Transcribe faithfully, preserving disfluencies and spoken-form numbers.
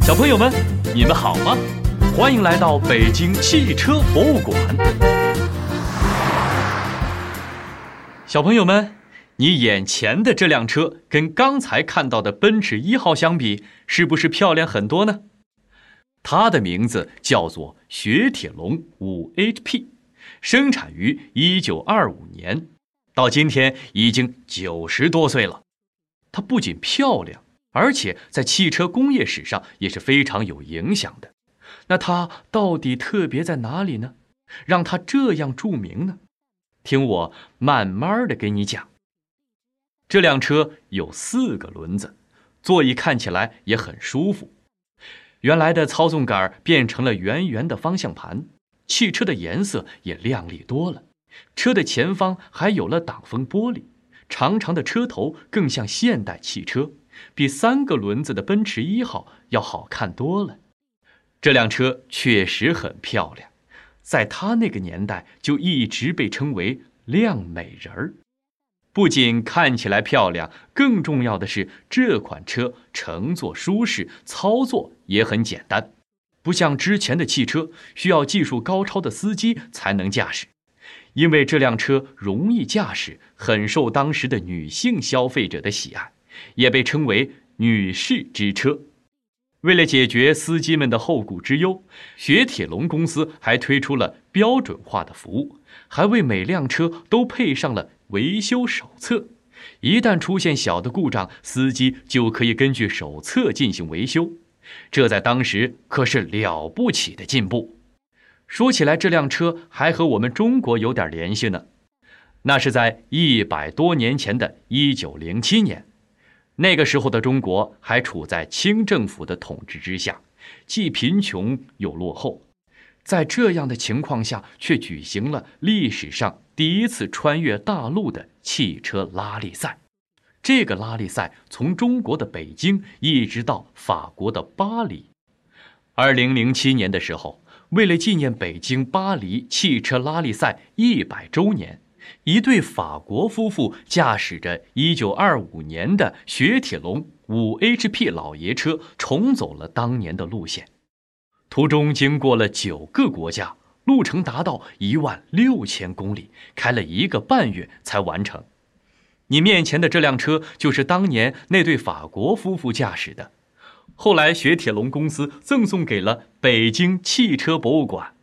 小朋友们，你们好吗？欢迎来到北京汽车博物馆。小朋友们，你眼前的这辆车跟刚才看到的奔驰一号相比，是不是漂亮很多呢？它的名字叫做雪铁龙 五 H P， 生产于一九二五年，到今天已经九十多岁了。它不仅漂亮，而且在汽车工业史上也是非常有影响的。那它到底特别在哪里呢？让它这样著名呢？听我慢慢的给你讲。这辆车有四个轮子，座椅看起来也很舒服。原来的操纵杆变成了圆圆的方向盘，汽车的颜色也亮丽多了。车的前方还有了挡风玻璃，长长的车头更像现代汽车，比三个轮子的奔驰一号要好看多了。这辆车确实很漂亮，在它那个年代就一直被称为靓美人儿。不仅看起来漂亮，更重要的是这款车乘坐舒适，操作也很简单，不像之前的汽车需要技术高超的司机才能驾驶。因为这辆车容易驾驶，很受当时的女性消费者的喜爱，也被称为女士之车。为了解决司机们的后顾之忧，雪铁龙公司还推出了标准化的服务，还为每辆车都配上了维修手册。一旦出现小的故障，司机就可以根据手册进行维修，这在当时可是了不起的进步。说起来，这辆车还和我们中国有点联系呢。那是在一百多年前的一九零七年，那个时候的中国还处在清政府的统治之下，既贫穷又落后。在这样的情况下，却举行了历史上第一次穿越大陆的汽车拉力赛。这个拉力赛从中国的北京一直到法国的巴黎。二零零七年的时候，为了纪念北京巴黎汽车拉力赛一百周年，一对法国夫妇驾驶着一九二五年的雪铁龙 五 H P 老爷车重走了当年的路线，途中经过了九个国家，路程达到一万六千公里，开了一个半月才完成。你面前的这辆车就是当年那对法国夫妇驾驶的，后来雪铁龙公司赠送给了北京汽车博物馆。